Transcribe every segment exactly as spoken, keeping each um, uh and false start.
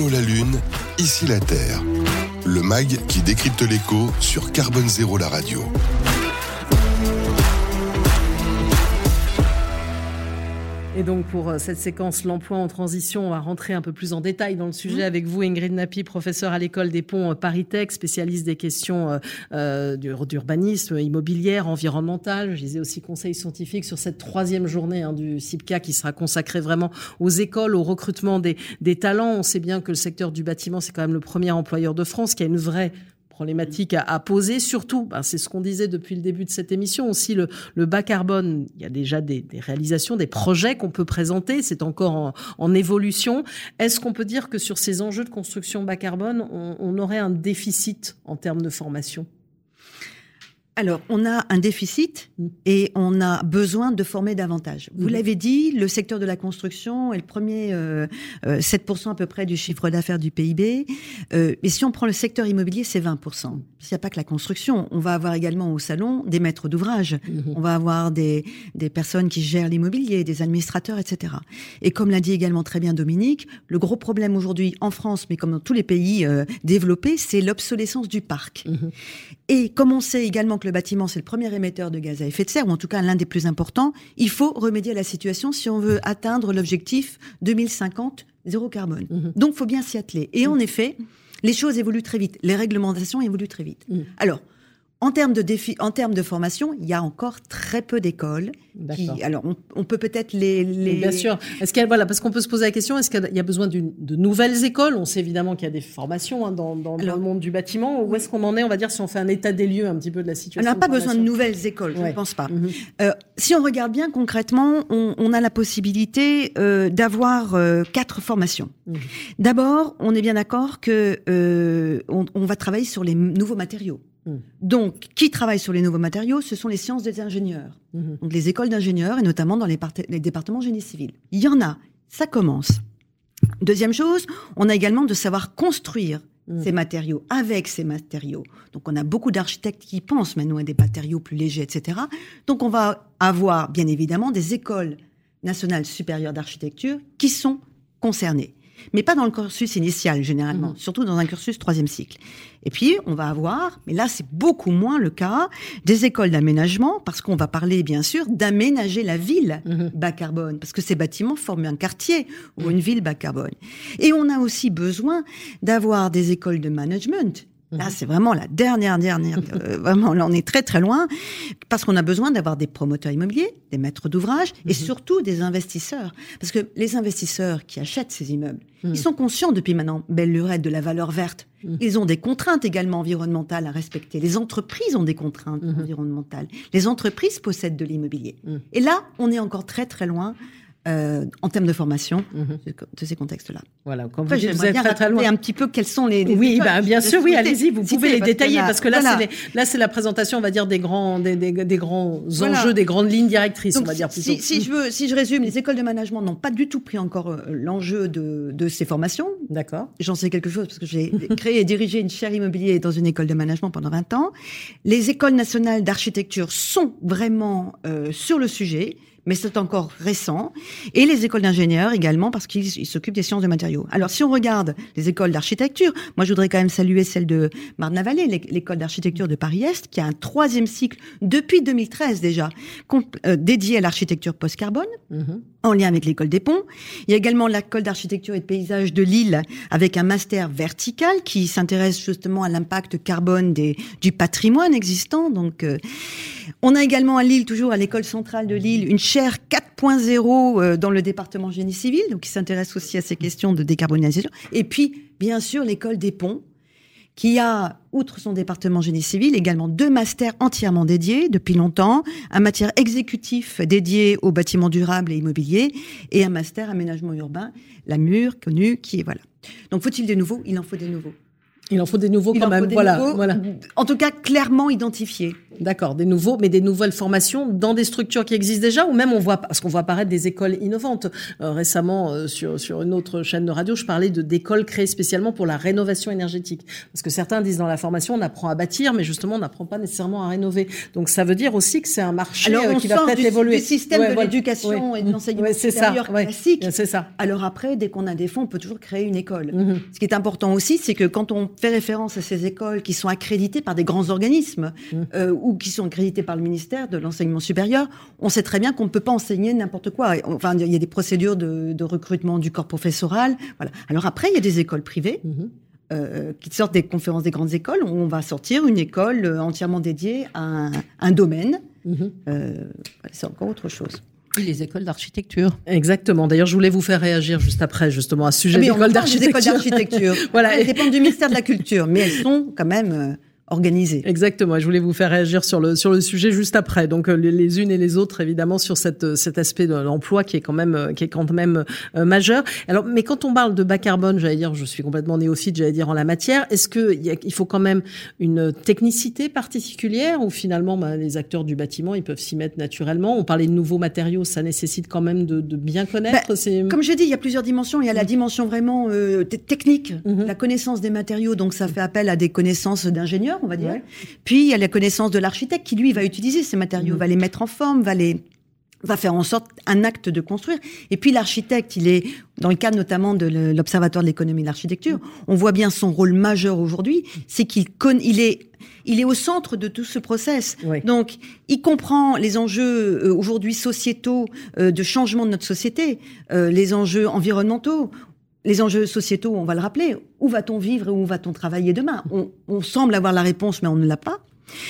Là-haut la Lune, ici la Terre. Le mag qui décrypte l'écho sur Carbone Zéro la radio. Et donc pour cette séquence l'emploi en transition, on va rentrer un peu plus en détail dans le sujet mmh. avec vous, Ingrid Nappi, professeure à l'école des ponts Paris Tech, spécialiste des questions euh, d'urbanisme, immobilière, environnementale. Je disais aussi conseil scientifique sur cette troisième journée hein, du CIPCA qui sera consacrée vraiment aux écoles, au recrutement des, des talents. On sait bien que le secteur du bâtiment, c'est quand même le premier employeur de France qui a une vraie problématique à, à poser. Surtout, ben, c'est ce qu'on disait depuis le début de cette émission, aussi le, le bas carbone. Il y a déjà des, des réalisations, des projets qu'on peut présenter. C'est encore en, en évolution. Est-ce qu'on peut dire que sur ces enjeux de construction bas carbone, on, on aurait un déficit en termes de formation ? Alors, on a un déficit et on a besoin de former davantage. Vous mmh. l'avez dit, le secteur de la construction est le premier, euh, euh, sept pour cent à peu près du chiffre d'affaires du P I B. Euh, et si on prend le secteur immobilier, c'est vingt pour cent. Il n'y a pas que la construction. On va avoir également au salon des maîtres d'ouvrage. Mmh. On va avoir des, des personnes qui gèrent l'immobilier, des administrateurs, et cetera. Et comme l'a dit également très bien Dominique, le gros problème aujourd'hui en France, mais comme dans tous les pays euh, développés, c'est l'obsolescence du parc. Mmh. Et comme on sait également que le bâtiment, c'est le premier émetteur de gaz à effet de serre, ou en tout cas l'un des plus importants, il faut remédier à la situation si on veut atteindre l'objectif deux mille cinquante, zéro carbone. Mmh. Donc, il faut bien s'y atteler. Et mmh. en effet, les choses évoluent très vite. Les réglementations évoluent très vite. Mmh. Alors, en termes de défi, en termes de formation, il y a encore très peu d'écoles. Qui, alors, on, on peut peut-être les, les... Bien sûr. Est-ce qu'il y a, voilà, parce qu'on peut se poser la question, est-ce qu'il y a besoin d'une, de nouvelles écoles ? On sait évidemment qu'il y a des formations hein, dans, dans, alors, dans le monde du bâtiment. Où est-ce qu'on en est, on va dire, si on fait un état des lieux un petit peu de la situation ? On n'a pas besoin de nouvelles écoles, je ouais. ne pense pas. Mm-hmm. Euh, si on regarde bien concrètement, on, on a la possibilité euh, d'avoir euh, quatre formations. Mm-hmm. D'abord, on est bien d'accord que euh, on, on va travailler sur les nouveaux matériaux. Donc, qui travaille sur les nouveaux matériaux ? Ce sont les sciences des ingénieurs. Mmh. Donc, les écoles d'ingénieurs, et notamment dans les, part- les départements génie civil. Il y en a, ça commence. Deuxième chose, on a également de savoir construire mmh. ces matériaux, avec ces matériaux. Donc, on a beaucoup d'architectes qui pensent maintenant à des matériaux plus légers, et cetera. Donc, on va avoir, bien évidemment, des écoles nationales supérieures d'architecture qui sont concernées. Mais pas dans le cursus initial, généralement, mmh. surtout dans un cursus troisième cycle. Et puis, on va avoir, mais là, c'est beaucoup moins le cas, des écoles d'aménagement, parce qu'on va parler, bien sûr, d'aménager la ville mmh. bas carbone, parce que ces bâtiments forment un quartier ou mmh. une ville bas carbone. Et on a aussi besoin d'avoir des écoles de management. Là, c'est vraiment la dernière, dernière, euh, vraiment, là, on est très, très loin, parce qu'on a besoin d'avoir des promoteurs immobiliers, des maîtres d'ouvrage, mmh. et surtout des investisseurs. Parce que les investisseurs qui achètent ces immeubles, mmh. ils sont conscients depuis maintenant, belle lurette, de la valeur verte. Mmh. Ils ont des contraintes également environnementales à respecter. Les entreprises ont des contraintes mmh. environnementales. Les entreprises possèdent de l'immobilier. Mmh. Et là, on est encore très, très loin Euh, en termes de formation mmh. de ces contextes-là. Voilà, quand vous, Après, dites, vous êtes très très loin. Un petit peu quels sont les. les oui, bah, bien sûr, oui, allez-y, vous pouvez les détailler parce que là, voilà. c'est les, là, c'est la présentation, on va dire des grands, des, des, des grands voilà. enjeux, des grandes lignes directrices, donc, on va dire plutôt. Si, si je veux, si je résume, les écoles de management n'ont pas du tout pris encore euh, l'enjeu de, de ces formations. D'accord. J'en sais quelque chose parce que j'ai créé et dirigé une chaire immobilier dans une école de management pendant vingt ans. Les écoles nationales d'architecture sont vraiment euh, sur le sujet. Mais c'est encore récent. Et les écoles d'ingénieurs également, parce qu'ils ils s'occupent des sciences de matériaux. Alors, si on regarde les écoles d'architecture, moi, je voudrais quand même saluer celle de Marne-la-Vallée, l'école d'architecture de Paris-Est, qui a un troisième cycle, depuis deux mille treize déjà, euh, dédié à l'architecture post-carbone, mm-hmm. en lien avec l'école des ponts. Il y a également l'école d'architecture et de paysage de Lille, avec un master vertical qui s'intéresse justement à l'impact carbone des, du patrimoine existant. Donc, euh, on a également à Lille, toujours à l'école centrale de Lille, une chaire quatre point zéro euh, dans le département génie civil, donc qui s'intéresse aussi à ces questions de décarbonisation. Et puis, bien sûr, l'école des ponts, qui a, outre son département génie civil, également deux masters entièrement dédiés depuis longtemps, un matière exécutif dédié aux bâtiments durables et immobiliers, et un master aménagement urbain, la M U R, connu, qui est, voilà. Donc, faut-il des nouveaux ? Il en faut des nouveaux. Il en faut des nouveaux Il quand même. Voilà, nouveaux, voilà. En tout cas, clairement identifiés. D'accord, des nouveaux, mais des nouvelles formations dans des structures qui existent déjà, ou même on voit, parce qu'on voit apparaître des écoles innovantes. Euh, récemment, euh, sur sur une autre chaîne de radio, je parlais de d'écoles créées spécialement pour la rénovation énergétique, parce que certains disent dans la formation, on apprend à bâtir, mais justement, on n'apprend pas nécessairement à rénover. Donc ça veut dire aussi que c'est un marché Alors, euh, qui va peut-être du, évoluer. Du système ouais, de voilà. l'éducation ouais. et de l'enseignement ouais, supérieur ça. classique. Ouais. C'est ça. Alors après, dès qu'on a des fonds, on peut toujours créer une école. Mm-hmm. Ce qui est important aussi, c'est que quand on fait référence à ces écoles qui sont accréditées par des grands organismes mm. euh, ou qui sont accréditées par le ministère de l'enseignement supérieur, on sait très bien qu'on ne peut pas enseigner n'importe quoi. Enfin, il y a des procédures de, de recrutement du corps professoral. Voilà. Alors après, il y a des écoles privées mm-hmm. euh, qui sortent des conférences des grandes écoles où on va sortir une école entièrement dédiée à un, un domaine. Mm-hmm. Euh, c'est encore autre chose. Et les écoles d'architecture. Exactement. D'ailleurs, je voulais vous faire réagir juste après, justement, à ce sujet ah, d'écoles d'architecture. Des écoles d'architecture. Voilà. Elles dépendent du ministère de la Culture, mais elles sont quand même euh, organisées. Exactement. Je voulais vous faire réagir sur le sur le sujet juste après. Donc les, les unes et les autres, évidemment, sur cette cet aspect de l'emploi qui est quand même qui est quand même euh, majeur. Alors, mais quand on parle de bas carbone, j'allais dire, je suis complètement néophyte, j'allais dire en la matière. Est-ce que il, y a, il faut quand même une technicité particulière ou finalement, bah, les acteurs du bâtiment, ils peuvent s'y mettre naturellement? On parlait de nouveaux matériaux, ça nécessite quand même de, de bien connaître. Bah, c'est... Comme je dis, il y a plusieurs dimensions. Il y a la dimension vraiment euh, t- technique, mm-hmm. la connaissance des matériaux. Donc ça fait appel à des connaissances d'ingénieurs, on va dire. Ouais. Puis il y a la connaissance de l'architecte qui lui va utiliser ces matériaux, mmh. va les mettre en forme, va les va faire en sorte un acte de construire. Et puis l'architecte, il est dans le cadre notamment de l'Observatoire de l'économie de l'architecture, on voit bien son rôle majeur aujourd'hui, c'est qu'il con, il est il est au centre de tout ce process. Oui. Donc il comprend les enjeux euh, aujourd'hui sociétaux euh, de changement de notre société, euh, les enjeux environnementaux. Les enjeux sociétaux, on va le rappeler, où va-t-on vivre et où va-t-on travailler demain? on, on semble avoir la réponse, mais on ne l'a pas.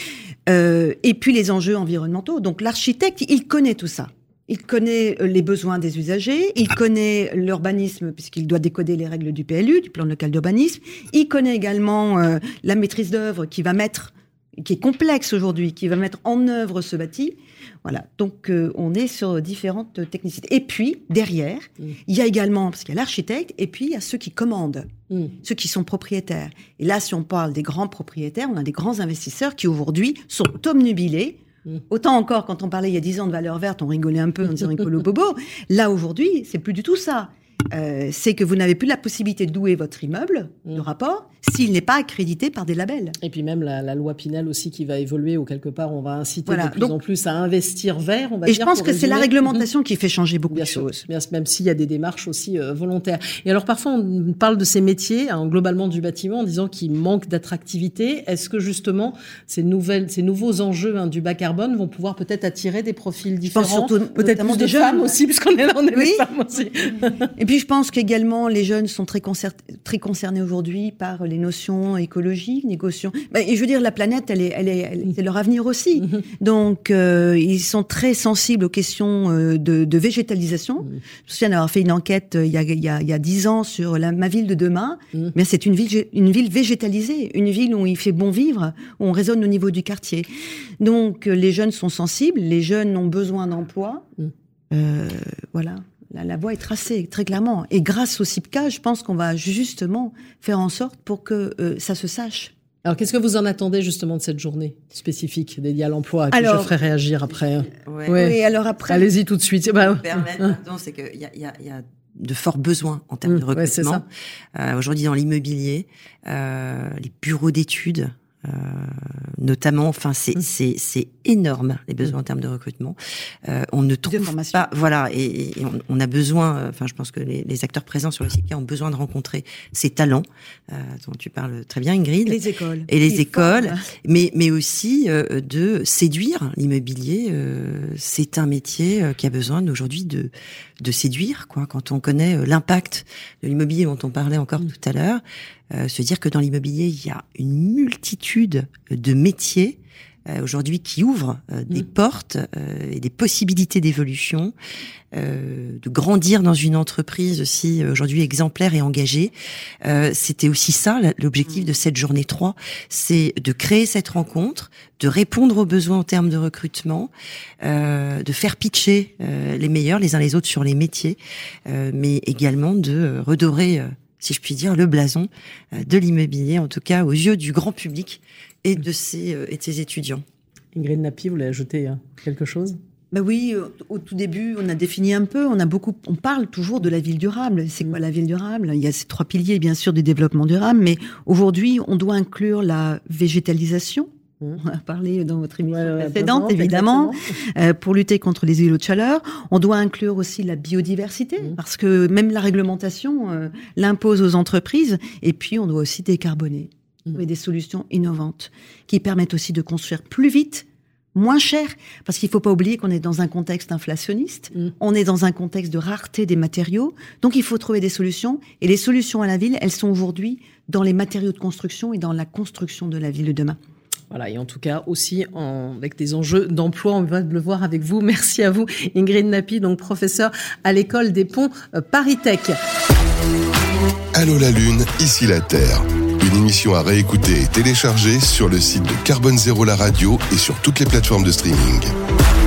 Euh, et puis les enjeux environnementaux. Donc l'architecte, il connaît tout ça. Il connaît les besoins des usagers, il connaît l'urbanisme, puisqu'il doit décoder les règles du P L U, du plan local d'urbanisme. Il connaît également euh, la maîtrise d'œuvre qui va mettre, qui est complexe aujourd'hui, qui va mettre en œuvre ce bâti. Voilà, donc euh, on est sur différentes technicités. Et puis, derrière, mmh. il y a également, parce qu'il y a l'architecte, et puis il y a ceux qui commandent, mmh. ceux qui sont propriétaires. Et là, si on parle des grands propriétaires, on a des grands investisseurs qui, aujourd'hui, sont obnubilés. Mmh. Autant encore, quand on parlait il y a dix ans de valeur verte, on rigolait un peu en disant écolo bobo. Là, aujourd'hui, c'est plus du tout ça. Euh, c'est que vous n'avez plus la possibilité de louer votre immeuble, mmh. de rapport, s'il n'est pas accrédité par des labels. Et puis même la, la loi Pinel aussi qui va évoluer, où quelque part on va inciter voilà. de plus Donc, en plus à investir vert, on va et dire. Et je pense que résumer. c'est la réglementation mmh. qui fait changer beaucoup bien de sûr, choses. Bien, même s'il y a des démarches aussi euh, volontaires. Et alors parfois on parle de ces métiers, hein, globalement du bâtiment, en disant qu'il manque d'attractivité. Est-ce que justement ces nouvelles, ces nouveaux enjeux hein, du bas carbone vont pouvoir peut-être attirer des profils différents, je pense surtout, peut-être plus des de jeunes. femmes aussi, puisqu'on est là, on est oui. des femmes aussi. Et puis je pense qu'également les jeunes sont très, concer- très concernés aujourd'hui par les notions écologiques, négociations. Ben, et je veux dire, la planète, elle est, elle est, elle, c'est leur avenir aussi. Mm-hmm. Donc, euh, ils sont très sensibles aux questions euh, de, de végétalisation. Mm-hmm. Je me souviens d'avoir fait une enquête euh, il y a, il y a, il y a dix ans sur la, ma ville de demain. Mm-hmm. Mais c'est une ville, une ville végétalisée, une ville où il fait bon vivre, où on résonne au niveau du quartier. Donc, euh, les jeunes sont sensibles, les jeunes ont besoin d'emploi. Mm-hmm. Euh, voilà. La, la voie est tracée, très clairement. Et grâce au C I P C A, je pense qu'on va justement faire en sorte pour que euh, ça se sache. Alors, qu'est-ce que vous en attendez justement de cette journée spécifique dédiée à l'emploi, que alors, je ferai réagir après? Ouais. Ouais. Oui, alors après... Allez-y tout de suite. Bah, pardon, c'est qu'il y a, y, a, y a de forts besoins en termes mmh, de recrutement. Ouais, c'est ça. Euh, aujourd'hui, dans l'immobilier, euh, les bureaux d'études... Euh, notamment, enfin, c'est, mmh. c'est, c'est énorme, les besoins mmh. en termes de recrutement. Euh, on ne trouve pas, voilà, et, et on, on a besoin, enfin, je pense que les, les acteurs présents sur le C I P C A ont besoin de rencontrer ces talents, euh, dont tu parles très bien, Ingrid. Les écoles. Et les écoles, fort, mais, mais aussi euh, de séduire l'immobilier. Euh, c'est un métier qui a besoin aujourd'hui de, de séduire, quoi. Quand on connaît l'impact de l'immobilier dont on parlait encore mmh. tout à l'heure, Euh, se dire que dans l'immobilier, il y a une multitude de métiers euh, aujourd'hui qui ouvrent euh, des mmh. portes euh, et des possibilités d'évolution, euh, de grandir dans une entreprise aussi aujourd'hui exemplaire et engagée. Euh, c'était aussi ça l'objectif mmh. de cette journée trois, c'est de créer cette rencontre, de répondre aux besoins en termes de recrutement, euh, de faire pitcher euh, les meilleurs les uns les autres sur les métiers, euh, mais également de redorer euh, si je puis dire, le blason de l'immobilier, en tout cas aux yeux du grand public et de ses, et de ses étudiants. Ingrid Nappi, vous voulez ajouter quelque chose ? Ben oui, au tout début, on a défini un peu, on a beaucoup, on parle toujours de la ville durable. C'est quoi la ville durable ? Il y a ces trois piliers, bien sûr, du développement durable, mais aujourd'hui, on doit inclure la végétalisation. On a parlé dans votre émission ouais, précédente, ouais, évidemment, euh, pour lutter contre les îlots de chaleur. On doit inclure aussi la biodiversité, mmh. parce que même la réglementation euh, l'impose aux entreprises. Et puis, on doit aussi décarboner. Mmh. Trouver des solutions innovantes qui permettent aussi de construire plus vite, moins cher, parce qu'il ne faut pas oublier qu'on est dans un contexte inflationniste, mmh. on est dans un contexte de rareté des matériaux, donc il faut trouver des solutions, et les solutions à la ville, elles sont aujourd'hui dans les matériaux de construction et dans la construction de la ville de demain. Voilà, et en tout cas aussi en, avec des enjeux d'emploi, on va le voir avec vous. Merci à vous, Ingrid Nappi, donc professeure à l'école des ponts euh, ParisTech. Allô la Lune, ici la Terre. Une émission à réécouter et télécharger sur le site de Carbone Zéro la radio et sur toutes les plateformes de streaming.